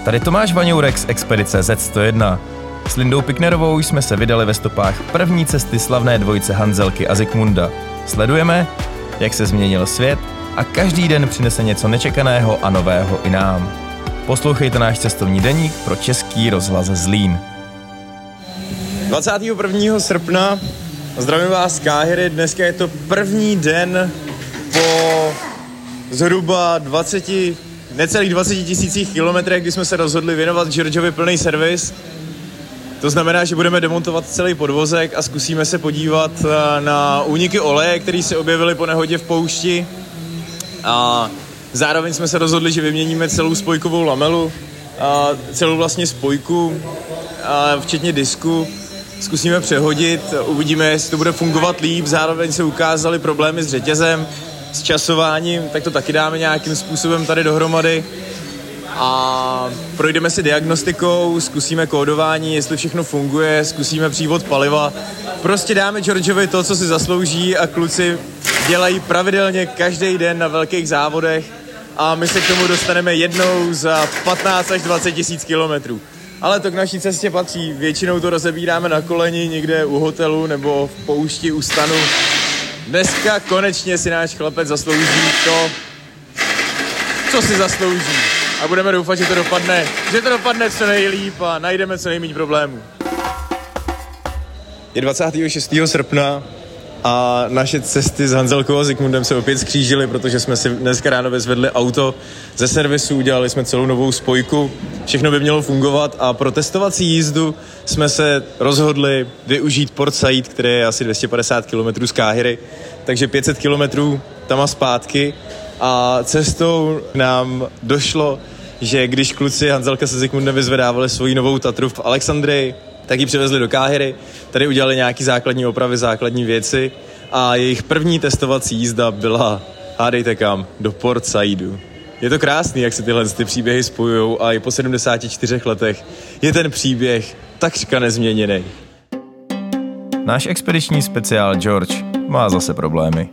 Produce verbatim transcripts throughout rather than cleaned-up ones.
Tady Tomáš Vaňourek z Expedice Z sto jedna. S Lindou Piknerovou jsme se vydali ve stopách první cesty slavné dvojice Hanzelky a Zikmunda. Sledujeme, jak se změnil svět a každý den přinese něco nečekaného a nového i nám. Poslouchejte náš cestovní deník pro Český rozhlas Zlín. dvacátého prvního srpna zdravím vás z Káhiry. Dneska je to první den po zhruba dvaceti, necelých dvaceti tisících kilometrech, kdy jsme se rozhodli věnovat Georgeovi plný servis. To znamená, že budeme demontovat celý podvozek a zkusíme se podívat na úniky oleje, které se objevily po nehodě v poušti. A zároveň jsme se rozhodli, že vyměníme celou spojkovou lamelu, a celou vlastně spojku, a včetně disku. Zkusíme přehodit, uvidíme, jestli to bude fungovat líp. Zároveň se ukázaly problémy s řetězem, s časováním, tak to taky dáme nějakým způsobem tady dohromady. A projdeme si diagnostikou, zkusíme kódování, jestli všechno funguje, zkusíme přívod paliva. Prostě dáme Georgeovi to, co si zaslouží, a kluci dělají pravidelně každý den na velkých závodech a my se k tomu dostaneme jednou za patnáct až dvacet tisíc kilometrů. Ale to k naší cestě patří, většinou to rozebíráme na koleni někde u hotelu nebo v poušti u stanu. Dneska konečně si náš chlapec zaslouží to, co si zaslouží. A budeme doufat, že to dopadne, že to dopadne co nejlíp a najdeme co nejméně problémů. Je dvacátého šestého srpna a naše cesty s Hanzelkou a Zikmundem se opět skřížily, protože jsme si dneska ráno vezvedli auto ze servisu, udělali jsme celou novou spojku, všechno by mělo fungovat a pro testovací jízdu jsme se rozhodli využít Port Said, který je asi dvě stě padesát kilometrů z Káhiry, takže pět set kilometrů tam a zpátky. A cestou nám došlo, že když kluci Hanzelka se Zikmundem vyzvedávali svoji novou Tatru v Alexandrii, tak ji přivezli do Káhiry, tady udělali nějaký základní opravy, základní věci a jejich první testovací jízda byla, hádejte kam, do Port Saidu. Je to krásný, jak se tyhle ty příběhy spojujou a i po sedmdesáti čtyřech letech je ten příběh takřka nezměněný. Náš expediční speciál George má zase problémy.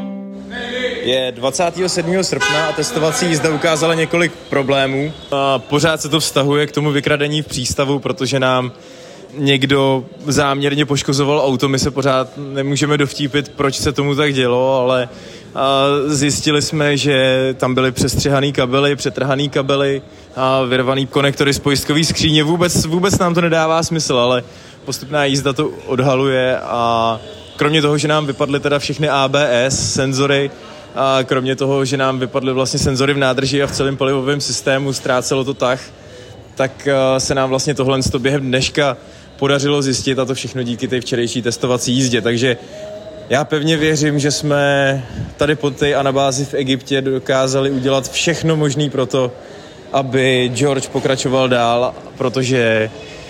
Je dvacátého sedmého srpna a testovací jízda ukázala několik problémů. A pořád se to vztahuje k tomu vykradení v přístavu, protože nám někdo záměrně poškozoval auto. My se pořád nemůžeme dovtípit, proč se tomu tak dělo, ale a zjistili jsme, že tam byly přestřihaný kabely, přetrhaný kabely a vyrvaný konektory z pojistkové skříně. Vůbec, vůbec nám to nedává smysl, ale postupná jízda to odhaluje a kromě toho, že nám vypadly teda všechny A B S senzory, a kromě toho, že nám vypadly vlastně senzory v nádrži a v celém palivovém systému, ztrácelo to tah, tak se nám vlastně tohle během dneška podařilo zjistit a to všechno díky té včerejší testovací jízdě. Takže já pevně věřím, že jsme tady po té anabázi v Egyptě dokázali udělat všechno možné pro to, aby George pokračoval dál, protože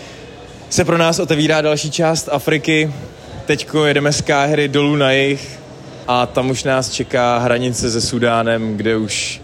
se pro nás otevírá další část Afriky. Teďko jedeme z Káhiry dolů na jih a tam už nás čeká hranice se Súdánem, kde už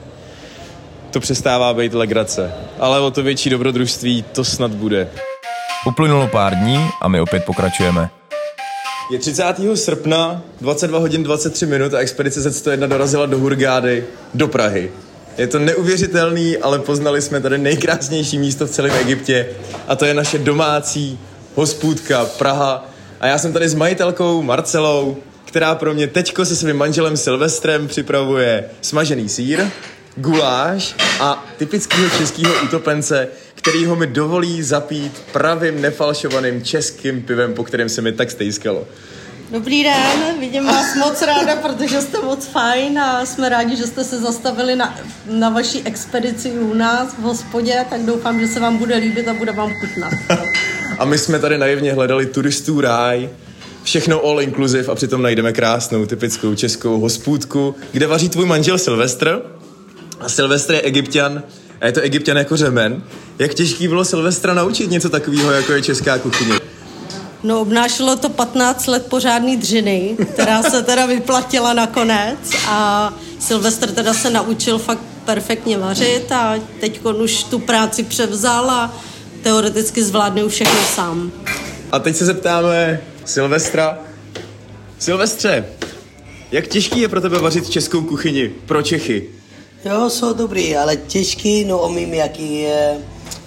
to přestává být legrace. Ale o to větší dobrodružství to snad bude. Uplynulo pár dní a my opět pokračujeme. Je třicátého srpna, dvacet dva hodin dvacet tři minut a Expedice Z sto jedna dorazila do Hurgády, do Prahy. Je to neuvěřitelný, ale poznali jsme tady nejkrásnější místo v celém Egyptě a to je naše domácí hospůdka Praha. A já jsem tady s majitelkou Marcelou, která pro mě teďko se svým manželem Silvestrem připravuje smažený sýr, guláš a typického českého utopence, kterýho mi dovolí zapít pravým nefalšovaným českým pivem, po kterém se mi tak stejskalo. Dobrý den, vidím vás moc ráda, protože jste moc fajn a jsme rádi, že jste se zastavili na, na vaší expedici u nás v hospodě, tak doufám, že se vám bude líbit a bude vám chutnat. A my jsme tady naivně hledali turistů ráj, všechno all inclusive a přitom najdeme krásnou, typickou českou hospůdku, kde vaří tvůj manžel Silvestr. A Silvestr je Egypťan a je to Egypťan jako řemen. Jak těžký bylo Silvestra naučit něco takového, jako je česká kuchyně? No, obnášelo to patnáct let pořádný dřiny, která se teda vyplatila nakonec a Silvestr teda se naučil fakt perfektně vařit a teď už tu práci převzal a teoreticky zvládne už všechno sám. A teď se zeptáme Silvestra. Silvestře, jak těžký je pro tebe vařit českou kuchyni pro Čechy? Jo, jsou dobrý, ale těžký, no umím, jaký je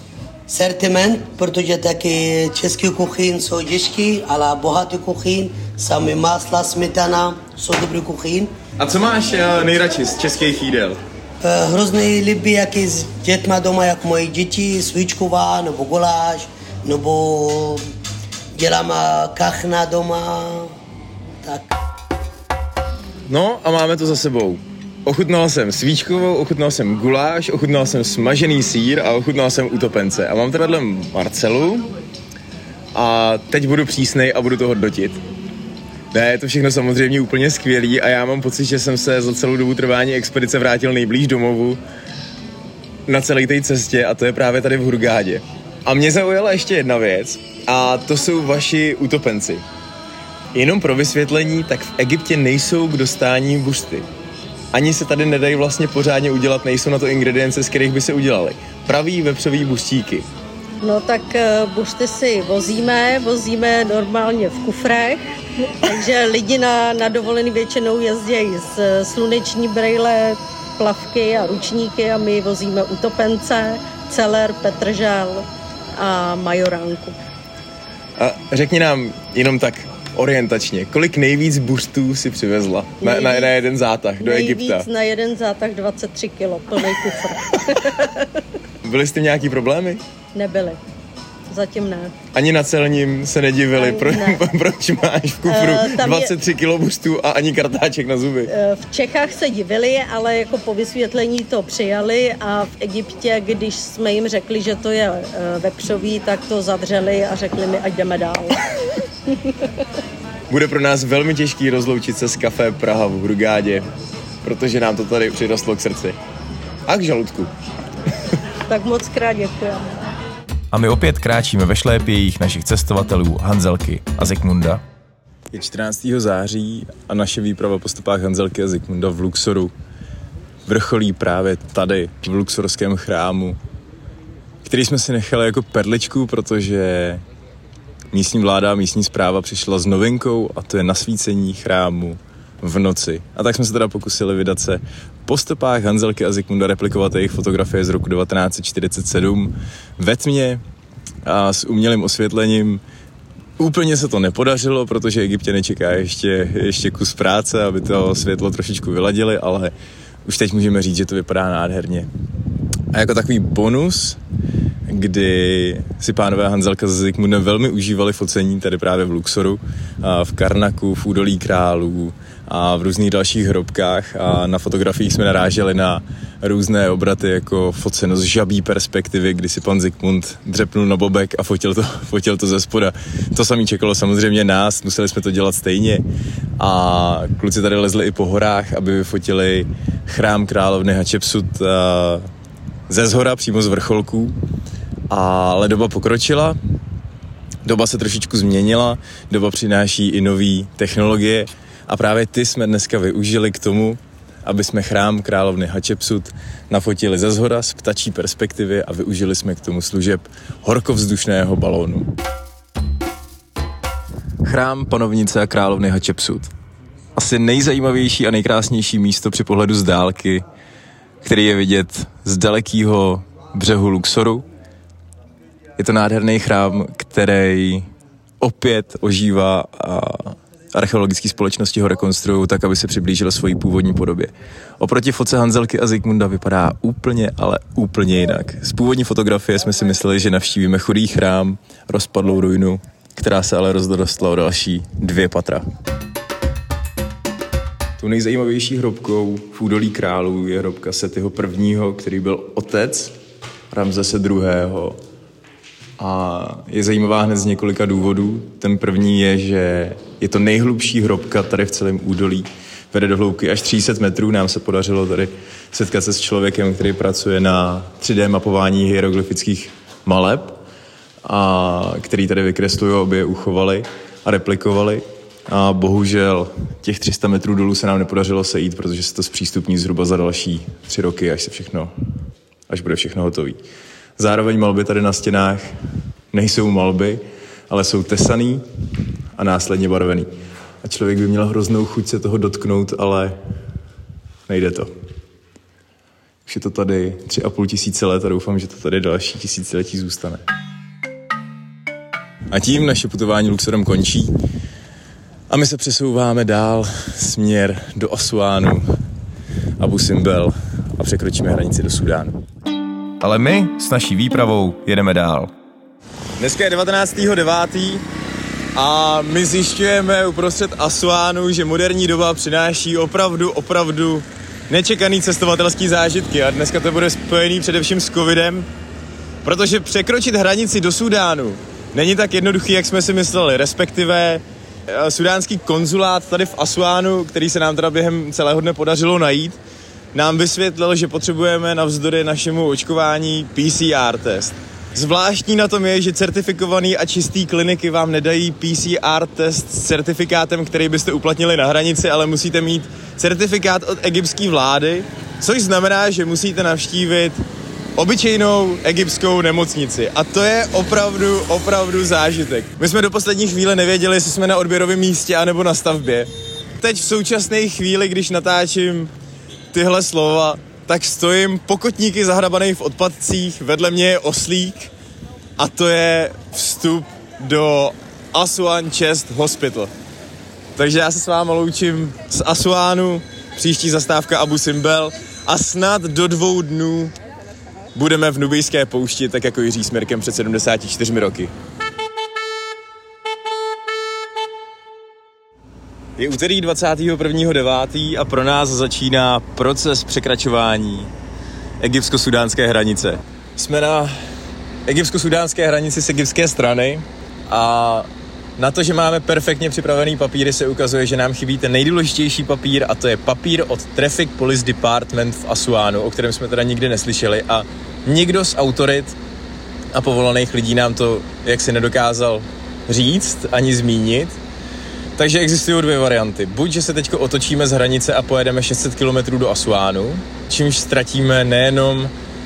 sortiment, protože taky český kuchyň jsou těžký, ale bohatý kuchyň, samý másla, smetana, jsou dobrý kuchyň. A co máš nejradši z českých jídel? Hrozně líbí, jak je s dětma doma, jak moje děti, svíčková, nebo guláš, nebo dělám kachna doma, tak. No a máme to za sebou. Ochutnal jsem svíčkovou, ochutnal jsem guláš, ochutnal jsem smažený sýr a ochutnal jsem utopence. A mám tadyhle Marcelu a teď budu přísnej a budu to hodnotit. Ne, je to všechno samozřejmě úplně skvělý a já mám pocit, že jsem se za celou dobu trvání expedice vrátil nejblíž domovu na celé té cestě a to je právě tady v Hurghádě. A mě zaujala ještě jedna věc a to jsou vaši utopenci. Jenom pro vysvětlení, tak v Egyptě nejsou k dostání bušty. Ani se tady nedají vlastně pořádně udělat, nejsou na to ingredience, z kterých by se udělaly. Pravý vepřový buštíky. No tak bušty si vozíme, vozíme normálně v kufrech, takže lidi na, na dovolený většinou jezdějí z sluneční brejle, plavky a ručníky a my vozíme utopence, celer, petržel a majoránku. A řekni nám jenom tak orientačně, kolik nejvíc buštů si přivezla na, na, na jeden zátah do nejvíc Egypta? Nejvíc na jeden zátah dvacet tři kilo, plný kufr. Byly s tím nějaký problémy? Nebyly. Zatím ne. Ani na celním se nedivili, pro, ne. proč máš v kufru uh, dvacet tři kilo buštů a ani kartáček na zuby? Uh, v Čechách se divili, ale jako po vysvětlení to přijali a v Egyptě, když jsme jim řekli, že to je uh, vepřový, tak to zavřeli a řekli mi, ať jdeme dál. Bude pro nás velmi těžký rozloučit se s Café Praha v Hurghádě, protože nám to tady přirostlo k srdci. A k žaludku. Tak moc krát děkujeme. A my opět kráčíme ve šlépějích našich cestovatelů Hanzelky a Zikmunda. Je čtrnáctého září a naše výprava po stopách Hanzelky a Zikmunda v Luxoru vrcholí právě tady, v luxorském chrámu, který jsme si nechali jako perličku, protože místní vláda a místní správa přišla s novinkou a to je nasvícení chrámu v noci. A tak jsme se teda pokusili vydat se po stopách Hanzelky a Zikmunda, replikovat jejich fotografie z roku devatenáct set čtyřicet sedm ve tmě a s umělým osvětlením. Úplně se to nepodařilo, protože Egypťany čeká ještě, ještě kus práce, aby to světlo trošičku vyladili, ale už teď můžeme říct, že to vypadá nádherně. A jako takový bonus, kdy si pánové Hanzelka s Zikmundem velmi užívali focení tady právě v Luxoru, v Karnaku, v Údolí králů a v různých dalších hrobkách a na fotografiích jsme naráželi na různé obraty jako foceno z žabí perspektivy, kdy si pan Zikmund dřepnul na bobek a fotil to, fotil to ze spoda. To samý čekalo samozřejmě nás, museli jsme to dělat stejně a kluci tady lezli i po horách, aby vyfotili chrám královny Hatšepsut ze zhora, přímo z vrcholků. Ale doba pokročila, doba se trošičku změnila, doba přináší i nové technologie a právě ty jsme dneska využili k tomu, aby jsme chrám královny Hatšepsut nafotili ze zhora z ptačí perspektivy a využili jsme k tomu služeb horkovzdušného balónu. Chrám panovnice a královny Hatšepsut. Asi nejzajímavější a nejkrásnější místo při pohledu z dálky, který je vidět z dalekého břehu Luxoru. Je to nádherný chrám, který opět ožívá a archeologické společnosti ho rekonstruují tak, aby se přiblížil svojí původní podobě. Oproti fotce Hanzelky a Zikmunda vypadá úplně, ale úplně jinak. Z původní fotografie jsme si mysleli, že navštívíme chudý chrám, rozpadlou ruinu, která se ale rozdorostla o další dvě patra. Tou nejzajímavější hrobkou v Údolí králů je hrobka Setiho prvního, který byl otec Ramzese druhého. A je zajímavá hned z několika důvodů. Ten první je, že je to nejhlubší hrobka tady v celém údolí. Vede do hloubky až tři sta metrů. Nám se podařilo tady setkat se s člověkem, který pracuje na tři dé mapování hieroglyfických maleb, a který tady vykreslují, aby je uchovali a replikovali. A bohužel těch tři sta metrů dolů se nám nepodařilo sejít, protože se to zpřístupní zhruba za další tři roky, až se všechno, až bude všechno hotový. Zároveň malby tady na stěnách nejsou malby, ale jsou tesaný a následně barvený. A člověk by měl hroznou chuť se toho dotknout, ale nejde to. Už je to tady tři a půl tisíce let a doufám, že to tady další tisíciletí zůstane. A tím naše putování Luxorem končí a my se přesouváme dál směr do Asuánu, Abu Simbel a překročíme hranici do Súdánu. Ale my s naší výpravou jedeme dál. Dneska je devatenáctého devátého a my zjišťujeme uprostřed Asuánu, že moderní doba přináší opravdu, opravdu nečekaný cestovatelský zážitky a dneska to bude spojený především s covidem, protože překročit hranici do Súdánu není tak jednoduchý, jak jsme si mysleli, respektive sudánský konzulát tady v Asuánu, který se nám teda během celého dne podařilo najít, nám vysvětlil, že potřebujeme navzdory našemu očkování P C R test. Zvláštní na tom je, že certifikovaný a čistý kliniky vám nedají P C R test s certifikátem, který byste uplatnili na hranici, ale musíte mít certifikát od egyptské vlády, což znamená, že musíte navštívit obyčejnou egyptskou nemocnici. A to je opravdu, opravdu zážitek. My jsme do poslední chvíle nevěděli, jestli jsme na odběrovém místě anebo na stavbě. Teď v současné chvíli, když natáčím tyhle slova, tak stojím pokotníky zahrabaný v odpadcích, vedle mě je oslík a to je vstup do Asuán Chest Hospital. Takže já se s váma loučím z Asuánu, příští zastávka Abu Simbel a snad do dvou dnů budeme v nubijské poušti, tak jako Jiří s Mirkem před sedmdesáti čtyřmi roky. Je úterý dvacátého prvního devátého a pro nás začíná proces překračování egyptsko-sudánské hranice. Jsme na egyptsko-sudánské hranici z egyptské strany a na to, že máme perfektně připravený papíry, se ukazuje, že nám chybí ten nejdůležitější papír a to je papír od Traffic Police Department v Asuánu, o kterém jsme teda nikdy neslyšeli a nikdo z autorit a povolaných lidí nám to jaksi nedokázal říct ani zmínit. Takže existují dvě varianty. Buď, že se teďko otočíme z hranice a pojedeme šest set kilometrů do Asuánu, čímž ztratíme nejenom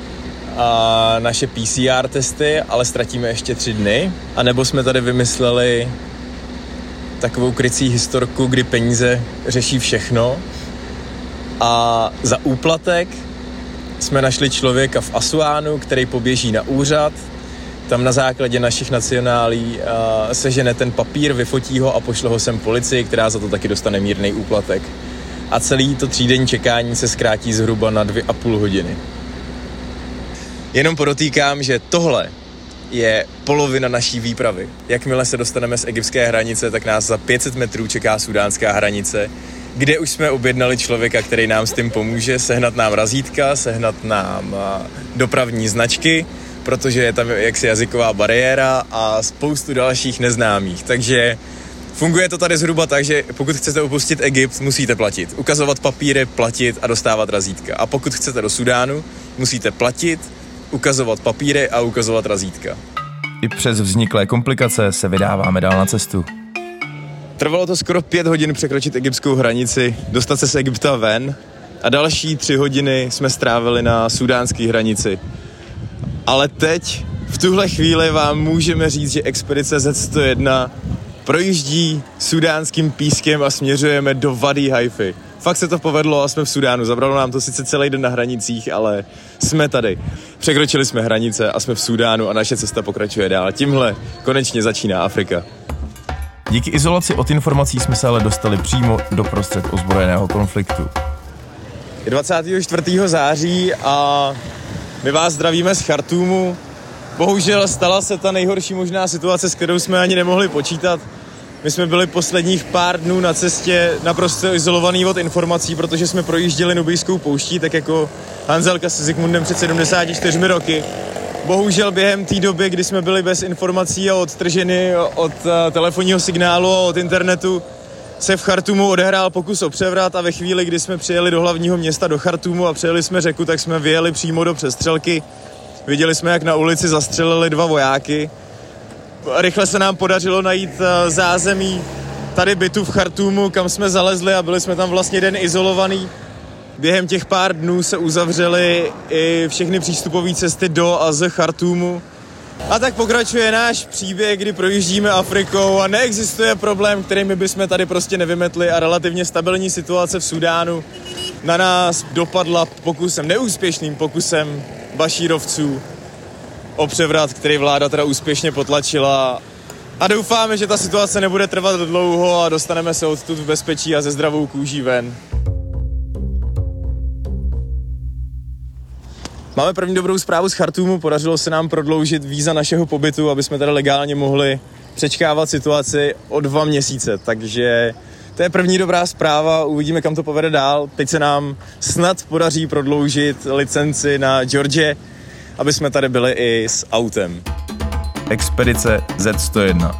a naše P C R testy, ale ztratíme ještě tři dny. A nebo jsme tady vymysleli takovou krycí historku, kdy peníze řeší všechno. A za úplatek jsme našli člověka v Asuánu, který poběží na úřad, tam na základě našich nacionálí uh, sežene ten papír, vyfotí ho a pošle ho sem policii, která za to taky dostane mírnej úplatek. A celý to třídenní čekání se zkrátí zhruba na dvě a půl hodiny. Jenom podotýkám, že tohle je polovina naší výpravy. Jakmile se dostaneme z egyptské hranice, tak nás za pět set metrů čeká sudánská hranice, kde už jsme objednali člověka, který nám s tím pomůže, sehnat nám razítka, sehnat nám dopravní značky, protože je tam jaksi jazyková bariéra a spoustu dalších neznámých. Takže funguje to tady zhruba tak, že pokud chcete opustit Egypt, musíte platit. Ukazovat papíry, platit a dostávat razítka. A pokud chcete do Súdánu, musíte platit, ukazovat papíry a ukazovat razítka. I přes vzniklé komplikace se vydáváme dál na cestu. Trvalo to skoro pět hodin překročit egyptskou hranici, dostat se z Egypta ven a další tři hodiny jsme strávili na sudánské hranici. Ale teď, v tuhle chvíli vám můžeme říct, že expedice Z sto jedna projíždí sudánským pískem a směřujeme do Wadi Haify. Fakt se to povedlo a jsme v Súdánu. Zabralo nám to sice celý den na hranicích, ale jsme tady. Překročili jsme hranice a jsme v Súdánu a naše cesta pokračuje dál. Tímhle konečně začíná Afrika. Díky izolaci od informací jsme se ale dostali přímo do prostřed ozbrojeného konfliktu. Je dvacátého čtvrtého září a my vás zdravíme z Chartúmu. Bohužel stala se ta nejhorší možná situace, s kterou jsme ani nemohli počítat. My jsme byli posledních pár dnů na cestě naprosto izolovaný od informací, protože jsme projížděli nubijskou pouští, tak jako Hanzelka se Zikmundem před sedmdesáti čtyřmi roky. Bohužel během té doby, kdy jsme byli bez informací a odtrženi od telefonního signálu a od internetu, se v Chartúmu odehrál pokus o převrat a ve chvíli, kdy jsme přijeli do hlavního města, do Chartúmu a přejeli jsme řeku, tak jsme vyjeli přímo do přestřelky. Viděli jsme, jak na ulici zastřelili dva vojáky. Rychle se nám podařilo najít zázemí tady bytu v Chartúmu, kam jsme zalezli a byli jsme tam vlastně den izolovaný. Během těch pár dnů se uzavřely i všechny přístupové cesty do a z Chartúmu. A tak pokračuje náš příběh, kdy projíždíme Afrikou a neexistuje problém, který my bychom tady prostě nevymetli a relativně stabilní situace v Súdánu na nás dopadla pokusem, neúspěšným pokusem Bašírovců o převrat, který vláda teda úspěšně potlačila. A doufáme, že ta situace nebude trvat dlouho a dostaneme se odtud v bezpečí a ze zdravou kůží ven. Máme první dobrou zprávu z Chartúmu, podařilo se nám prodloužit víza našeho pobytu, aby jsme teda legálně mohli přečkávat situaci o dva měsíce, takže to je první dobrá zpráva, uvidíme, kam to povede dál. Teď se nám snad podaří prodloužit licenci na Georgie, aby jsme tady byli i s autem. Expedice zet sto jedna.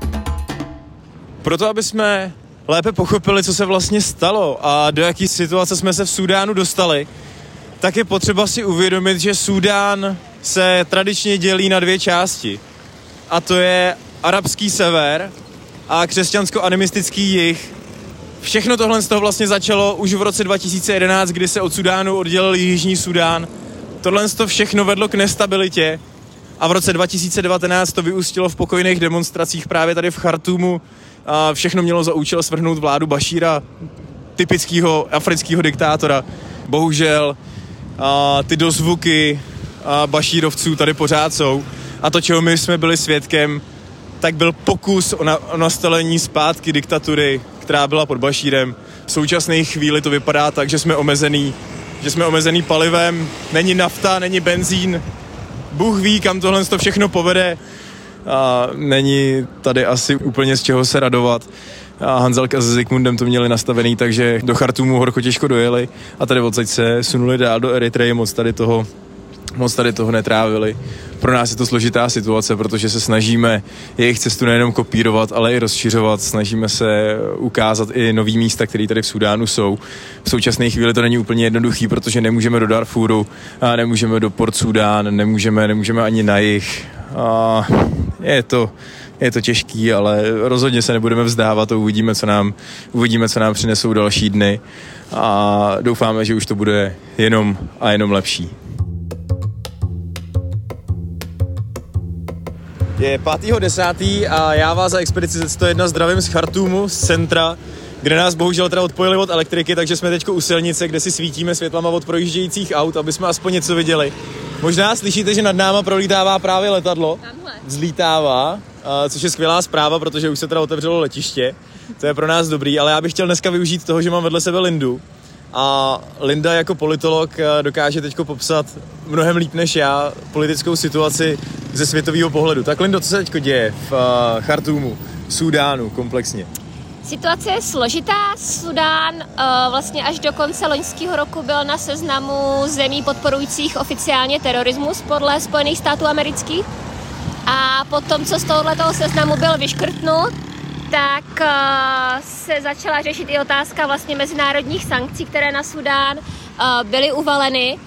Proto, aby jsme lépe pochopili, co se vlastně stalo a do jaký situace jsme se v Súdánu dostali, tak je potřeba si uvědomit, že Súdán se tradičně dělí na dvě části. A to je arabský sever a křesťansko-animistický jih. Všechno tohle z toho vlastně začalo už v roce dva tisíce jedenáct, kdy se od Súdánu oddělil Jižní Súdán. Tohle to všechno vedlo k nestabilitě a v roce dva tisíce devatenáct to vyústilo v pokojných demonstracích právě tady v Chartúmu. A všechno mělo za účel svrhnout vládu Bašíra, typického afrického diktátora. Bohužel a ty dozvuky a Bašírovců tady pořád jsou. A to, čeho my jsme byli svědkem, tak byl pokus o, na, o nastolení zpátky diktatury, která byla pod Bašírem. V současné chvíli to vypadá tak, že jsme omezený, že jsme omezený palivem, není nafta, není benzín. Bůh ví, kam tohle to všechno povede. A není tady asi úplně z čeho se radovat. A Hanzelka se Zikmundem to měli nastavený, takže do Chartúmu horko těžko dojeli a tady odsaď se sunuli dál do Eritreje, moc tady toho, moc tady toho netrávili. Pro nás je to složitá situace, protože se snažíme jejich cestu nejenom kopírovat, ale i rozšiřovat. Snažíme se ukázat i nový místa, které tady v Súdánu jsou. V současné chvíli to není úplně jednoduchý, protože nemůžeme do Darfuru, a nemůžeme do Port Súdán, nemůžeme, nemůžeme ani na jih. A je to, je to těžký, ale rozhodně se nebudeme vzdávat a uvidíme, co nám, uvidíme, co nám přinesou další dny. A doufáme, že už to bude jenom a jenom lepší. Je pátého desátého a já vás za expedici zet sto jedna zdravím z Chartúmu, z centra, kde nás bohužel teda odpojili od elektriky, takže jsme teďko u silnice, kde si svítíme světlama od projíždějících aut, aby jsme aspoň něco viděli. Možná slyšíte, že nad náma prolítává právě letadlo, vzlítává, což je skvělá zpráva, protože už se teda otevřelo letiště, to je pro nás dobrý, ale já bych chtěl dneska využít toho, že mám vedle sebe Lindu. A Linda jako politolog dokáže teďko popsat mnohem líp než já politickou situaci ze světového pohledu. Tak Lindo, co se teďko děje v uh, Chartúmu, v Súdánu komplexně? Situace je složitá. Súdán uh, vlastně až do konce loňského roku byl na seznamu zemí podporujících oficiálně terorismus podle Spojených států amerických. A potom, co z tohoto seznamu byl vyškrtnut, tak uh, se začala řešit i otázka vlastně mezinárodních sankcí, které na Súdán uh, byly uvaleny.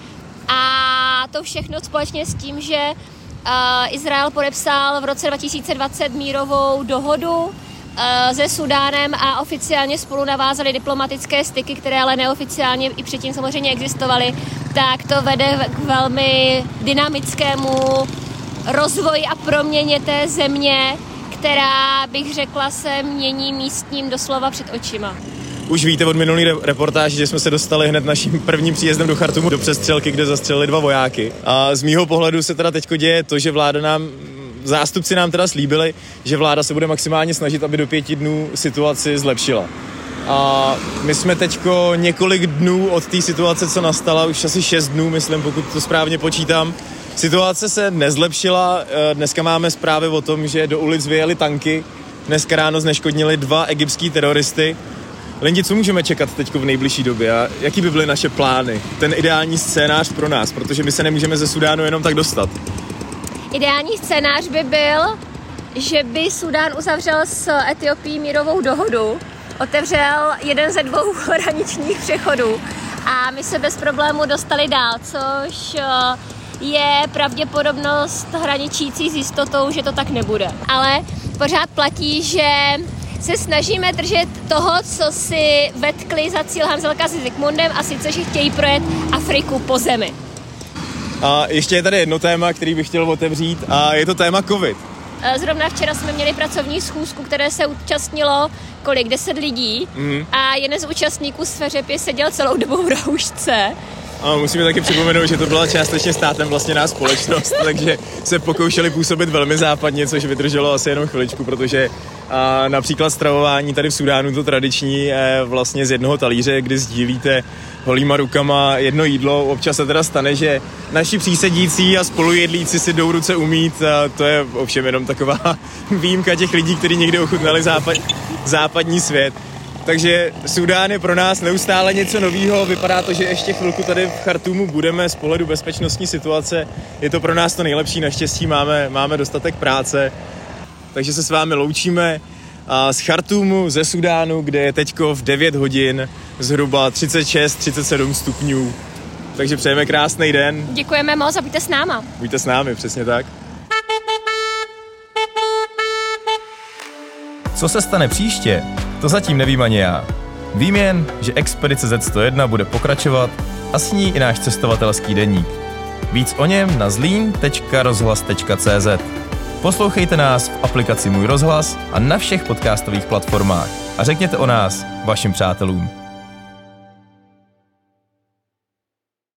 A to všechno společně s tím, že uh, Izrael podepsal v roce dva tisíce dvacet mírovou dohodu uh, se Súdánem a oficiálně spolu navázali diplomatické styky, které ale neoficiálně i předtím samozřejmě existovaly, tak to vede k velmi dynamickému rozvoji a proměně té země, která, bych řekla, se mění místním doslova před očima. Už víte od minulý reportáže, že jsme se dostali hned naším prvním příjezdem do Chartúmu do přestřelky, kde zastřelili dva vojáky. A z mýho pohledu se teda teďko děje to, že vláda nám, zástupci nám teda slíbili, že vláda se bude maximálně snažit, aby do pěti dnů situaci zlepšila. A my jsme teďko několik dnů od té situace, co nastala, už asi šest dnů, myslím, pokud to správně počítám. Situace se nezlepšila, dneska máme zprávy o tom, že do ulic vyjeli tanky, dneska ráno zneškodnili dva egyptský teroristy. Lidi, co můžeme čekat teď v nejbližší době a jaký by byly naše plány? Ten ideální scénář pro nás, protože my se nemůžeme ze Súdánu jenom tak dostat. Ideální scénář by byl, že by Súdán uzavřel s Etiopií mírovou dohodu, otevřel jeden ze dvou hraničních přechodů a my se bez problému dostali dál, což je pravděpodobnost hraničící s jistotou, že to tak nebude. Ale pořád platí, že se snažíme držet toho, co si vetkli za cíl Hanzelka se Zikmundem, a sice, že chtějí projet Afriku po zemi. A ještě je tady jedno téma, který bych chtěl otevřít, a je to téma covid. Zrovna včera jsme měli pracovní schůzku, které se účastnilo kolik, deset lidí mm. a jeden z účastníků z Feřepy seděl celou dobu v roušce. A musíme taky připomenout, že to byla částečně státem vlastněná společnost, takže se pokoušeli působit velmi západně, což vydrželo asi jenom chviličku, protože a například stravování tady v Súdánu, to tradiční, je vlastně z jednoho talíře, kdy sdílíte holýma rukama jedno jídlo. Občas se teda stane, že naši přísedící a spolujedlíci si jdou ruce umýt, a to je ovšem jenom taková výjimka těch lidí, kteří někdy ochutnali západ, západní svět. Takže Súdán je pro nás neustále něco novýho, vypadá to, že ještě chvilku tady v Chartúmu budeme z pohledu bezpečnostní situace. Je to pro nás to nejlepší, naštěstí máme, máme dostatek práce, takže se s vámi loučíme a z Chartúmu, ze Súdánu, kde je teďko v devět hodin zhruba třicet šest třicet sedm stupňů. Takže přejeme krásný den. Děkujeme moc a buďte s náma. Buďte s námi, přesně tak. Co se stane příště, to zatím nevím ani já. Vím jen, že expedice zet sto jedna bude pokračovat a s ní i náš cestovatelský deník. Víc o něm na zlín tečka rozhlas tečka cé zet. Poslouchejte nás v aplikaci Můj rozhlas a na všech podcastových platformách a řekněte o nás vašim přátelům.